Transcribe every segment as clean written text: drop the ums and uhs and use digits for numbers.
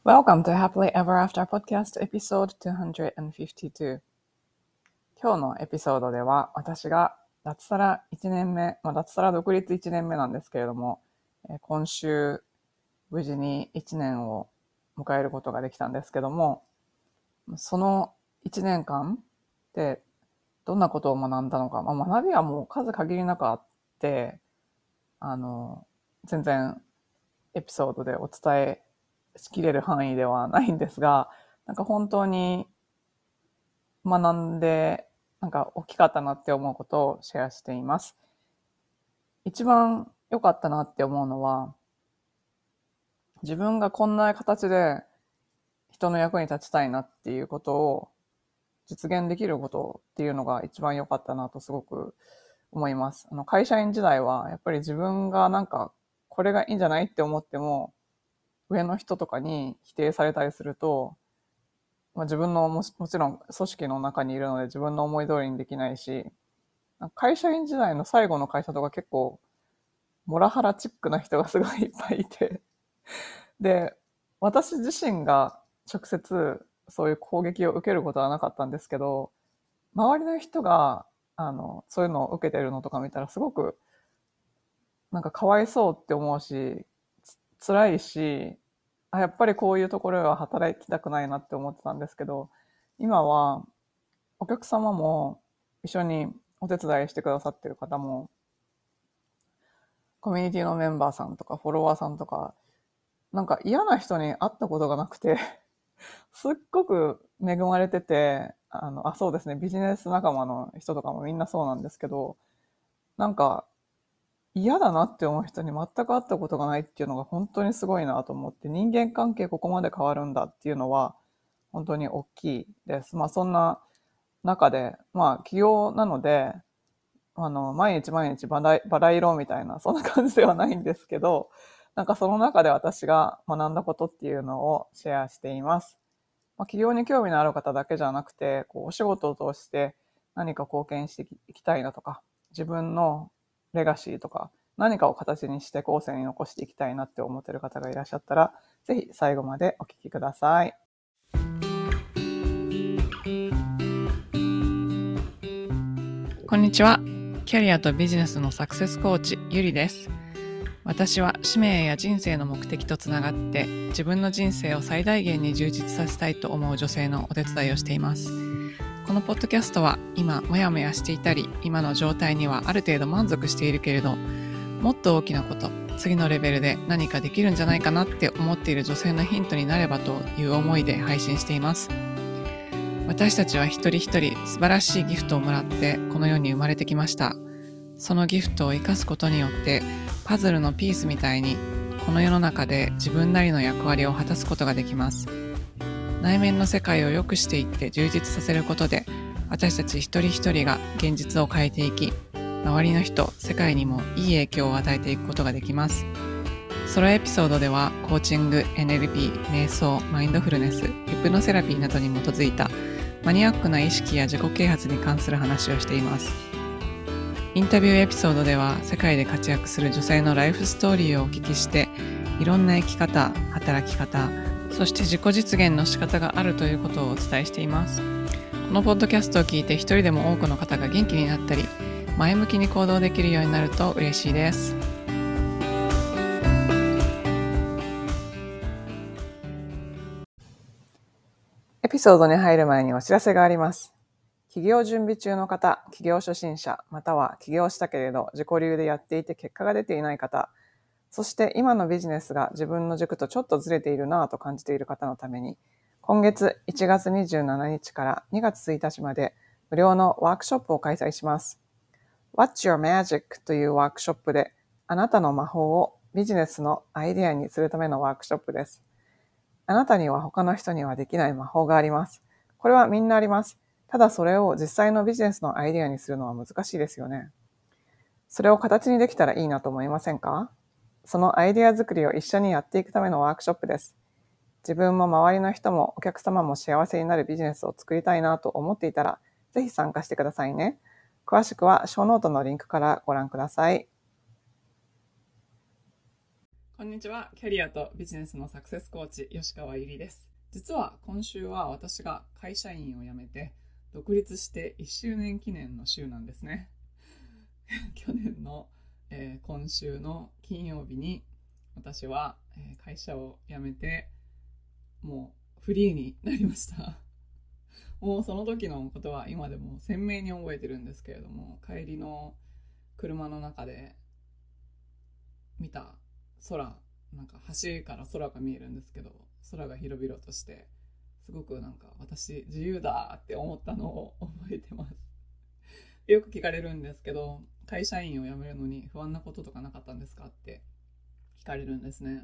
Welcome to Happily Ever After Podcast Episode 252。今日のエピソードでは私が脱サラ1年目、脱サラ独立1年目なんですけれども、今週無事に1年を迎えることができたんですけども、その1年間でどんなことを学んだのか、学びはもう数限りなくあって、全然エピソードでお伝えしきれる範囲ではないんですが、本当に学んで、大きかったなって思うことをシェアしています。一番良かったなって思うのは、自分がこんな形で人の役に立ちたいなっていうことを実現できることっていうのが一番良かったなとすごく思います。会社員時代はやっぱり自分がこれがいいんじゃないって思っても、上の人とかに否定されたりすると、自分のもちろん組織の中にいるので自分の思い通りにできないし、会社員時代の最後の会社とか結構モラハラチックな人がすごいいっぱいいて、で、私自身が直接そういう攻撃を受けることはなかったんですけど、周りの人がそういうのを受けてるのとか見たらすごくかわいそうって思うし、辛いし、やっぱりこういうところは働きたくないなって思ってたんですけど、今はお客様も一緒にお手伝いしてくださってる方も、コミュニティのメンバーさんとかフォロワーさんとか、嫌な人に会ったことがなくてすっごく恵まれてて、そうですね、ビジネス仲間の人とかもみんなそうなんですけど、嫌だなって思う人に全く会ったことがないっていうのが本当にすごいなと思って、人間関係ここまで変わるんだっていうのは本当に大きいです。そんな中で、起業なので、毎日毎日バラ色みたいな、そんな感じではないんですけど、その中で私が学んだことっていうのをシェアしています。起業に興味のある方だけじゃなくて、お仕事を通して何か貢献していきたいなとか、自分のレガシーとか、何かを形にして後世に残していきたいなって思っている方がいらっしゃったら、ぜひ最後までお聞きください。こんにちは。キャリアとビジネスのサクセスコーチ、ゆりです。私は使命や人生の目的とつながって自分の人生を最大限に充実させたいと思う女性のお手伝いをしています。このポッドキャストは今モヤモヤしていたり、今の状態にはある程度満足しているけれど、もっと大きなこと、次のレベルで何かできるんじゃないかなって思っている女性のヒントになればという思いで配信しています。私たちは一人一人素晴らしいギフトをもらってこの世に生まれてきました。そのギフトを生かすことによってパズルのピースみたいにこの世の中で自分なりの役割を果たすことができます。内面の世界を良くしていって充実させることで、私たち一人一人が現実を変えていき、周りの人、世界にもいい影響を与えていくことができます。ソロエピソードではコーチング、NLP、瞑想、マインドフルネス、ヒプノセラピーなどに基づいたマニアックな意識や自己啓発に関する話をしています。インタビューエピソードでは世界で活躍する女性のライフストーリーをお聞きして、いろんな生き方、働き方、そして自己実現の仕方があるということをお伝えしています。このポッドキャストを聞いて一人でも多くの方が元気になったり、前向きに行動できるようになると嬉しいです。エピソードに入る前にお知らせがあります。起業準備中の方、起業初心者、または起業したけれど自己流でやっていて結果が出ていない方、そして今のビジネスが自分の軸とちょっとずれているなぁと感じている方のために、今月1月27日から2月1日まで無料のワークショップを開催します。What's Your Magic というワークショップで、あなたの魔法をビジネスのアイデアにするためのワークショップです。あなたには他の人にはできない魔法があります。これはみんなあります。ただそれを実際のビジネスのアイデアにするのは難しいですよね。それを形にできたらいいなと思いませんか？そのアイデア作りを一緒にやっていくためのワークショップです。自分も周りの人もお客様も幸せになるビジネスを作りたいなと思っていたら、ぜひ参加してくださいね。詳しくはショーノートのリンクからご覧ください。 こんにちは。キャリアとビジネスのサクセスコーチ、吉川ゆりです。実は今週は私が会社員を辞めて独立して1周年記念の週なんですね。去年の、今週の金曜日に私は、会社を辞めてもうフリーになりました。もうその時のことは今でも鮮明に覚えてるんですけれども、帰りの車の中で見た空、なんか橋から空が見えるんですけど、空が広々としてすごくなんか私自由だって思ったのを覚えてます。よく聞かれるんですけど、会社員を辞めるのに不安なこととかなかったんですかって聞かれるんですね。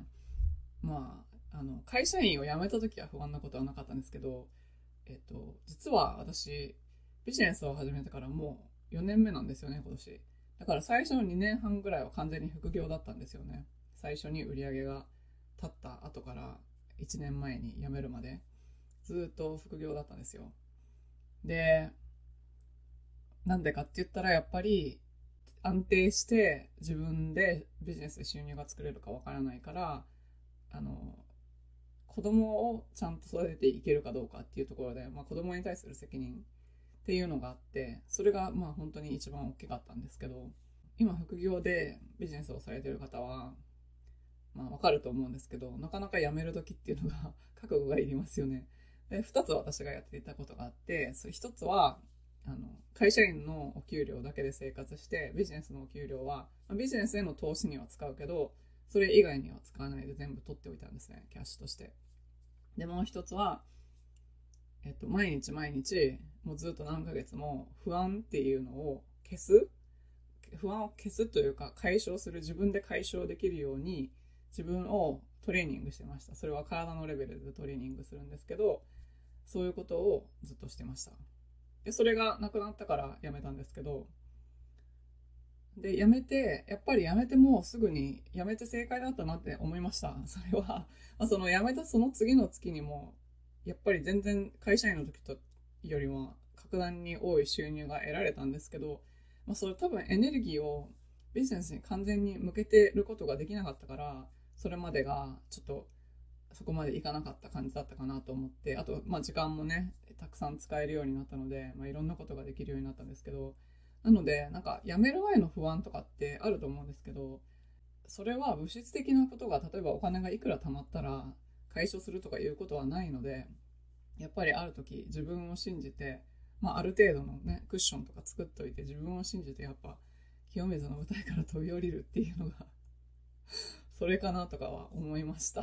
会社員を辞めた時は不安なことはなかったんですけど、実は私ビジネスを始めてからもう4年目なんですよね、今年。だから最初の2年半ぐらいは完全に副業だったんですよね。最初に売り上げが立った後から1年前に辞めるまでずっと副業だったんですよ。で、なんでかって言ったらやっぱり安定して自分でビジネスで収入が作れるかわからないから、子供をちゃんと育てていけるかどうかっていうところで、子供に対する責任っていうのがあって、それが本当に一番大きかったんですけど、今副業でビジネスをされている方はわかると思うんですけど、なかなか辞める時っていうのが覚悟がいりますよね。で、2つ私がやっていたことがあって、それ1つは会社員のお給料だけで生活して、ビジネスのお給料はビジネスへの投資には使うけど、それ以外には使わないで全部取っておいたんですね、キャッシュとして。で、もう1つは毎日毎日もうずっと何ヶ月も不安っていうのを不安を消すというか解消する、自分で解消できるように自分をトレーニングしてました。それは体のレベルでトレーニングするんですけど、そういうことをずっとしてました。で、それがなくなったからやめたんですけど、で、やめてもすぐにやめて正解だったなって思いました。それは、そのやめたその次の月にも、やっぱり全然会社員の時とよりは格段に多い収入が得られたんですけど、それ多分エネルギーをビジネスに完全に向けてることができなかったから、それまでがちょっとそこまでいかなかった感じだったかなと思って、あと、時間もね、たくさん使えるようになったので、いろんなことができるようになったんですけど、なので、辞める前の不安とかってあると思うんですけど、それは物質的なことが、例えばお金がいくら貯まったら解消するとかいうことはないので、やっぱりある時自分を信じて、ある程度のね、クッションとか作っといて、自分を信じてやっぱ、清水の舞台から飛び降りるっていうのがそれかなとかは思いました。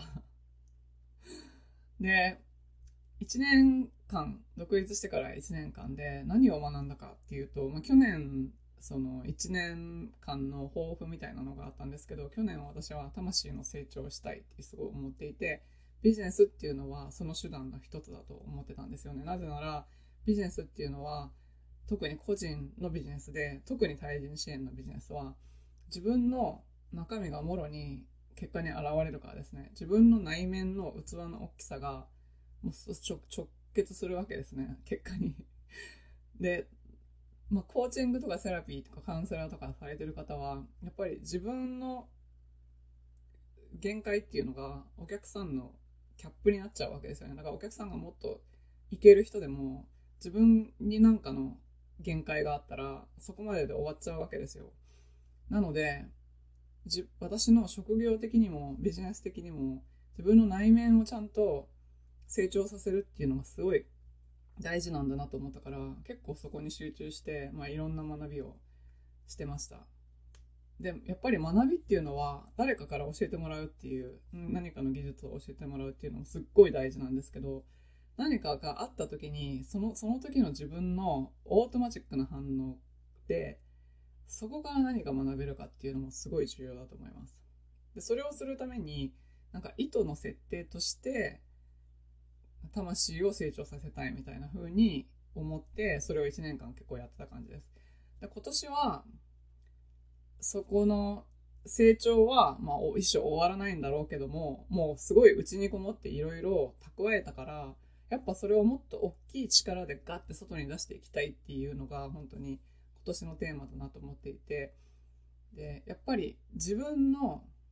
で、1年間、独立してから1年間で何を学んだかっていうと、去年、その1年間の抱負みたいなのがあったんですけど、去年は私は魂の成長をしたいってすごい思っていて、ビジネスっていうのはその手段の一つだと思ってたんですよね。なぜなら、ビジネスっていうのは、特に個人のビジネスで、特に対人支援のビジネスは、自分の中身がもろに結果に現れるからですね。自分の内面の器の大きさがもう直結するわけですね、結果に。で、コーチングとかセラピーとかカウンセラーとかされてる方は、やっぱり自分の限界っていうのがお客さんのキャップになっちゃうわけですよね。だからお客さんがもっといける人でも、自分になんかの限界があったら、そこまでで終わっちゃうわけですよ。なので、私の職業的にもビジネス的にも、自分の内面をちゃんと成長させるっていうのがすごい大事なんだなと思ったから、結構そこに集中して、いろんな学びをしてました。で、やっぱり学びっていうのは誰かから教えてもらうっていう、何かの技術を教えてもらうっていうのもすっごい大事なんですけど、何かがあった時にその時の自分のオートマチックな反応で、そこから何が学べるかっていうのもすごい重要だと思います。で、それをするために意図の設定として魂を成長させたいみたいな風に思って、それを1年間結構やってた感じです。で、今年はそこの成長は一生終わらないんだろうけども、もうすごい内にこもっていろいろ蓄えたから、やっぱそれをもっと大きい力でガッて外に出していきたいっていうのが本当に今年のテーマだなと思っていて、で、やっぱり自分の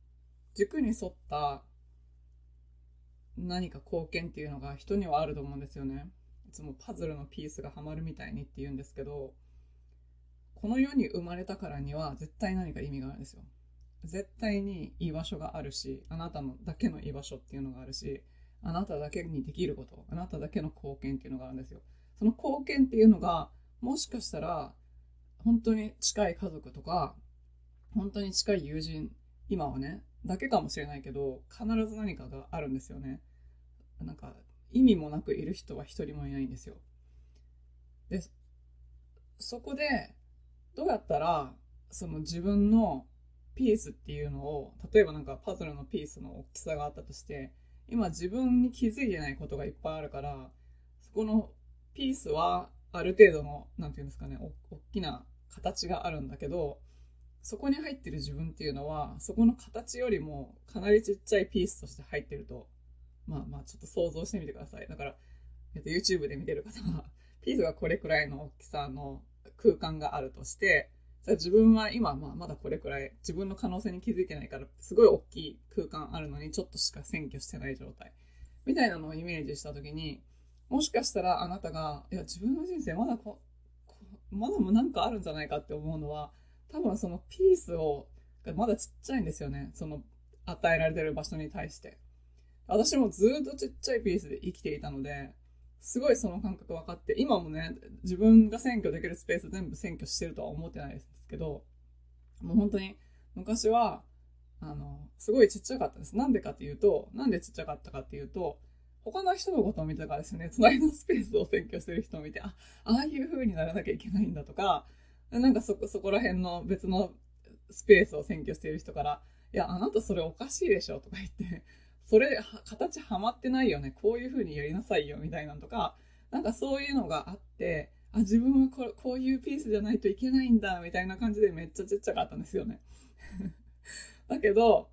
軸に沿った何か貢献っていうのが人にはあると思うんですよね。いつもパズルのピースがはまるみたいにって言うんですけど、この世に生まれたからには絶対何か意味があるんですよ。絶対に居場所があるし、あなたのだけの居場所っていうのがあるし、あなただけにできること、あなただけの貢献っていうのがあるんですよ。その貢献っていうのが、もしかしたら、本当に近い家族とか、本当に近い友人、今はね、だけかもしれないけど、必ず何かがあるんですよね。なんか、意味もなくいる人は一人もいないんですよ。で、そこで、どうやったら、その自分のピースっていうのを、例えばなんかパズルのピースの大きさがあったとして、今自分に気づいてないことがいっぱいあるから、そこのピースはある程度の、なんていうんですかね、大きな形があるんだけど、そこに入ってる自分っていうのは、そこの形よりもかなりちっちゃいピースとして入ってると、まあちょっと想像してみてください。だから、YouTube で見てる方は、ピースがこれくらいの大きさの空間があるとして、じゃあ自分は今、まだこれくらい、自分の可能性に気づいてないから、すごい大きい空間あるのに、ちょっとしか占拠してない状態。みたいなのをイメージしたときに、もしかしたらあなたが、いや、自分の人生まだなんかあるんじゃないかって思うのは、多分そのピースがまだちっちゃいんですよね。その与えられてる場所に対して。私もずっとちっちゃいピースで生きていたので、すごいその感覚分かって、今もね、自分が占拠できるスペース全部占拠してるとは思ってないですけど、もう本当に昔は、すごいちっちゃかったです。なんでかっていうと、なんでちっちゃかったかっていうと、他の人のことを見てからですね、隣のスペースを占拠してる人を見て、ああいう風にならなきゃいけないんだとか、なんかそこら辺の別のスペースを占拠している人から、いや、あなたそれおかしいでしょとか言って、それ形はまってないよね、こういう風にやりなさいよみたいなのとか、なんかそういうのがあって、自分はこういうピースじゃないといけないんだみたいな感じでめっちゃちっちゃかったんですよね。だけど、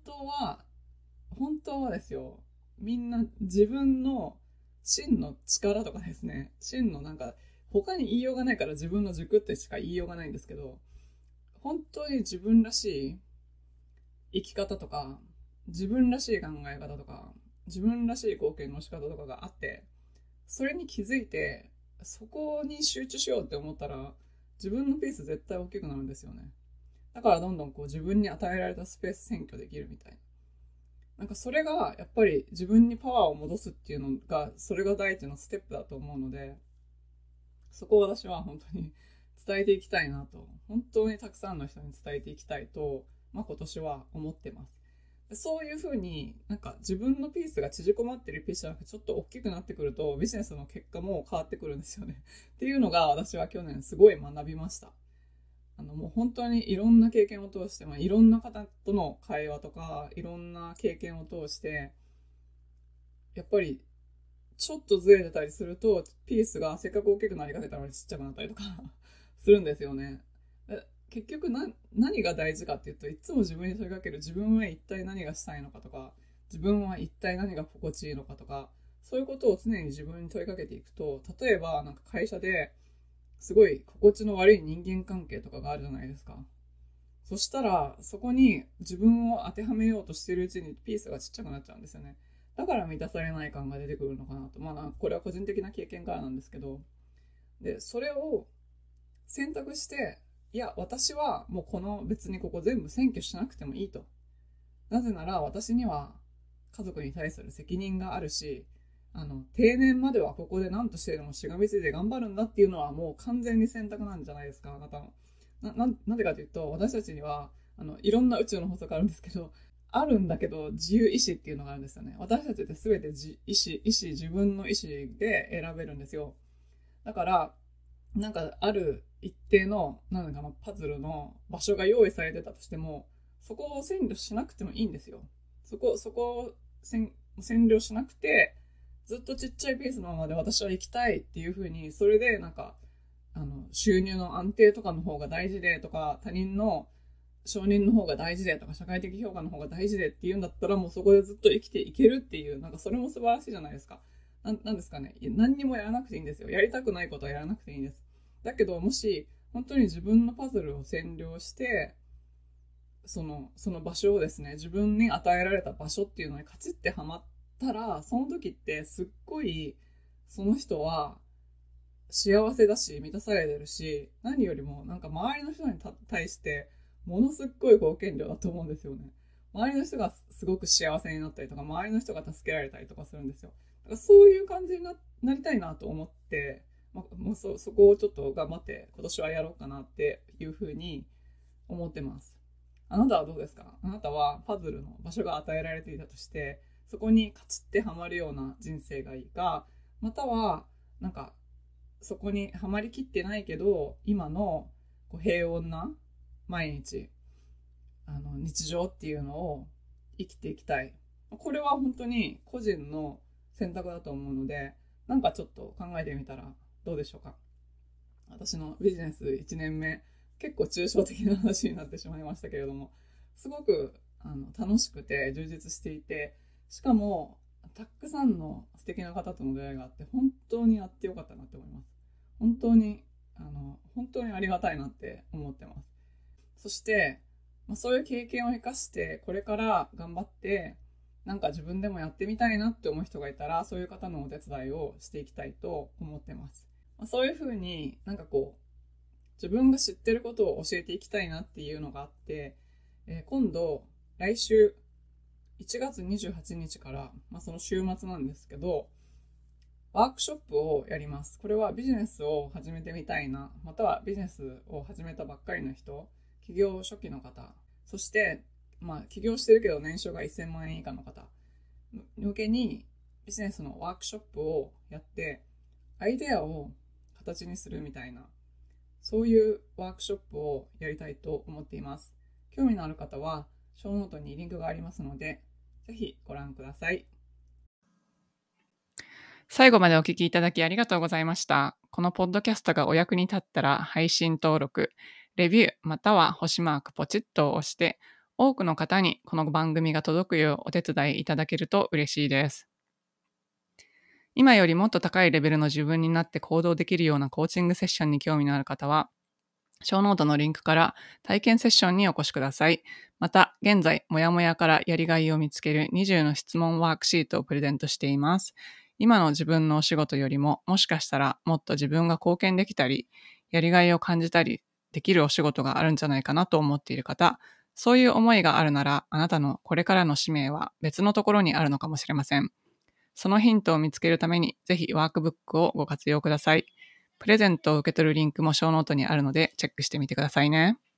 本当はですよ、みんな自分の真の力とかですね、真のなんか、他に言いようがないから自分の軸ってしか言いようがないんですけど、本当に自分らしい生き方とか、自分らしい考え方とか、自分らしい貢献の仕方とかがあって、それに気づいて、そこに集中しようって思ったら、自分のペース絶対大きくなるんですよね。だからどんどんこう自分に与えられたスペース占拠できるみたいな。なんかそれがやっぱり自分にパワーを戻すっていうのが、それが第一のステップだと思うので、そこを私は本当に伝えていきたいなと、本当にたくさんの人に伝えていきたいと、今年は思ってます。そういうふうになんか自分のピースが縮こまってるピースじゃなくてちょっと大きくなってくるとビジネスの結果も変わってくるんですよね。っていうのが私は去年すごい学びました。もう本当にいろんな経験を通して、いろんな方との会話とか、いろんな経験を通して、やっぱりちょっとずれてたりすると、ピースがせっかく大きくなりかけたのにちっちゃくなったりとかするんですよね。結局何が大事かっていうと、いつも自分に問いかける、自分は一体何がしたいのかとか、自分は一体何が心地いいのかとか、そういうことを常に自分に問いかけていくと、例えばなんか会社ですごい心地の悪い人間関係とかがあるじゃないですか。そしたら、そこに自分を当てはめようとしているうちにピースがちっちゃくなっちゃうんですよね。だから満たされない感が出てくるのかなと。これは個人的な経験からなんですけど。で、それを選択して、いや、私はもう別にここ全部占拠しなくてもいいと。なぜなら私には家族に対する責任があるし、定年まではここで何としてでもしがみついて頑張るんだっていうのはもう完全に選択なんじゃないですか、あなたの。なんでかというと、私たちには、いろんな宇宙の法則あるんですけど、あるんだけど、自由意志っていうのがあるんですよね。私たちって全て自分の意志で選べるんですよ。だから、なんかある一定の、なんかパズルの場所が用意されてたとしても、そこを占領しなくてもいいんですよ。そこを占領しなくて、ずっとちっちゃいペースのままで私は行きたいっていう風に、それでなんか、収入の安定とかの方が大事でとか、他人の承認の方が大事でとか、社会的評価の方が大事でっていうんだったら、もうそこでずっと生きていけるっていう、なんかそれも素晴らしいじゃないですか。なんですかね。何にもやらなくていいんですよ。やりたくないことはやらなくていいんです。だけど、もし、本当に自分のパズルを占領して、 その場所をですね、自分に与えられた場所っていうのにカチッてはまったら、その時ってすっごい、その人は幸せだし、満たされてるし、何よりもなんか周りの人に対して、ものすっごい貢献量だと思うんですよね。周りの人がすごく幸せになったりとか、周りの人が助けられたりとかするんですよ。だからそういう感じになりたいなと思って、もうそこをちょっと頑張って今年はやろうかなっていうふうに思ってます。あなたはどうですか？あなたはパズルの場所が与えられていたとして、そこにカチッてはまるような人生がいいか、または、なんか、そこにはまりきってないけど、今のこう平穏な毎日、日常っていうのを生きていきたい。これは本当に個人の選択だと思うので、なんかちょっと考えてみたらどうでしょうか。私のビジネス1年目、結構抽象的な話になってしまいましたけれども、すごく楽しくて充実していて、しかもたくさんの素敵な方との出会いがあって、本当にやってよかったなって思います。本当に本当にありがたいなって思ってます。そして、そういう経験を生かしてこれから頑張ってなんか自分でもやってみたいなって思う人がいたら、そういう方のお手伝いをしていきたいと思ってます。そういうふうになんかこう自分が知ってることを教えていきたいなっていうのがあって、今度来週1月28日から、その週末なんですけど、ワークショップをやります。これはビジネスを始めてみたいな、またはビジネスを始めたばっかりの人、起業初期の方、そして、起業してるけど年収が1000万円以下の方向けにビジネスのワークショップをやって、アイデアを形にするみたいな、そういうワークショップをやりたいと思っています。興味のある方は、ショーノートにリンクがありますので、ぜひご覧ください。 最後までお聞きいただきありがとうございました。このポッドキャストがお役に立ったら配信登録、レビューまたは星マークポチッと押して、多くの方にこの番組が届くようお手伝いいただけると嬉しいです。今よりもっと高いレベルの自分になって行動できるようなコーチングセッションに興味のある方は、ショーノートのリンクから体験セッションにお越しください。また、現在、もやもやからやりがいを見つける20の質問ワークシートをプレゼントしています。今の自分のお仕事よりも、もしかしたらもっと自分が貢献できたり、やりがいを感じたりできるお仕事があるんじゃないかなと思っている方、そういう思いがあるなら、あなたのこれからの使命は別のところにあるのかもしれません。そのヒントを見つけるために、ぜひワークブックをご活用ください。プレゼントを受け取るリンクもショーノートにあるのでチェックしてみてくださいね。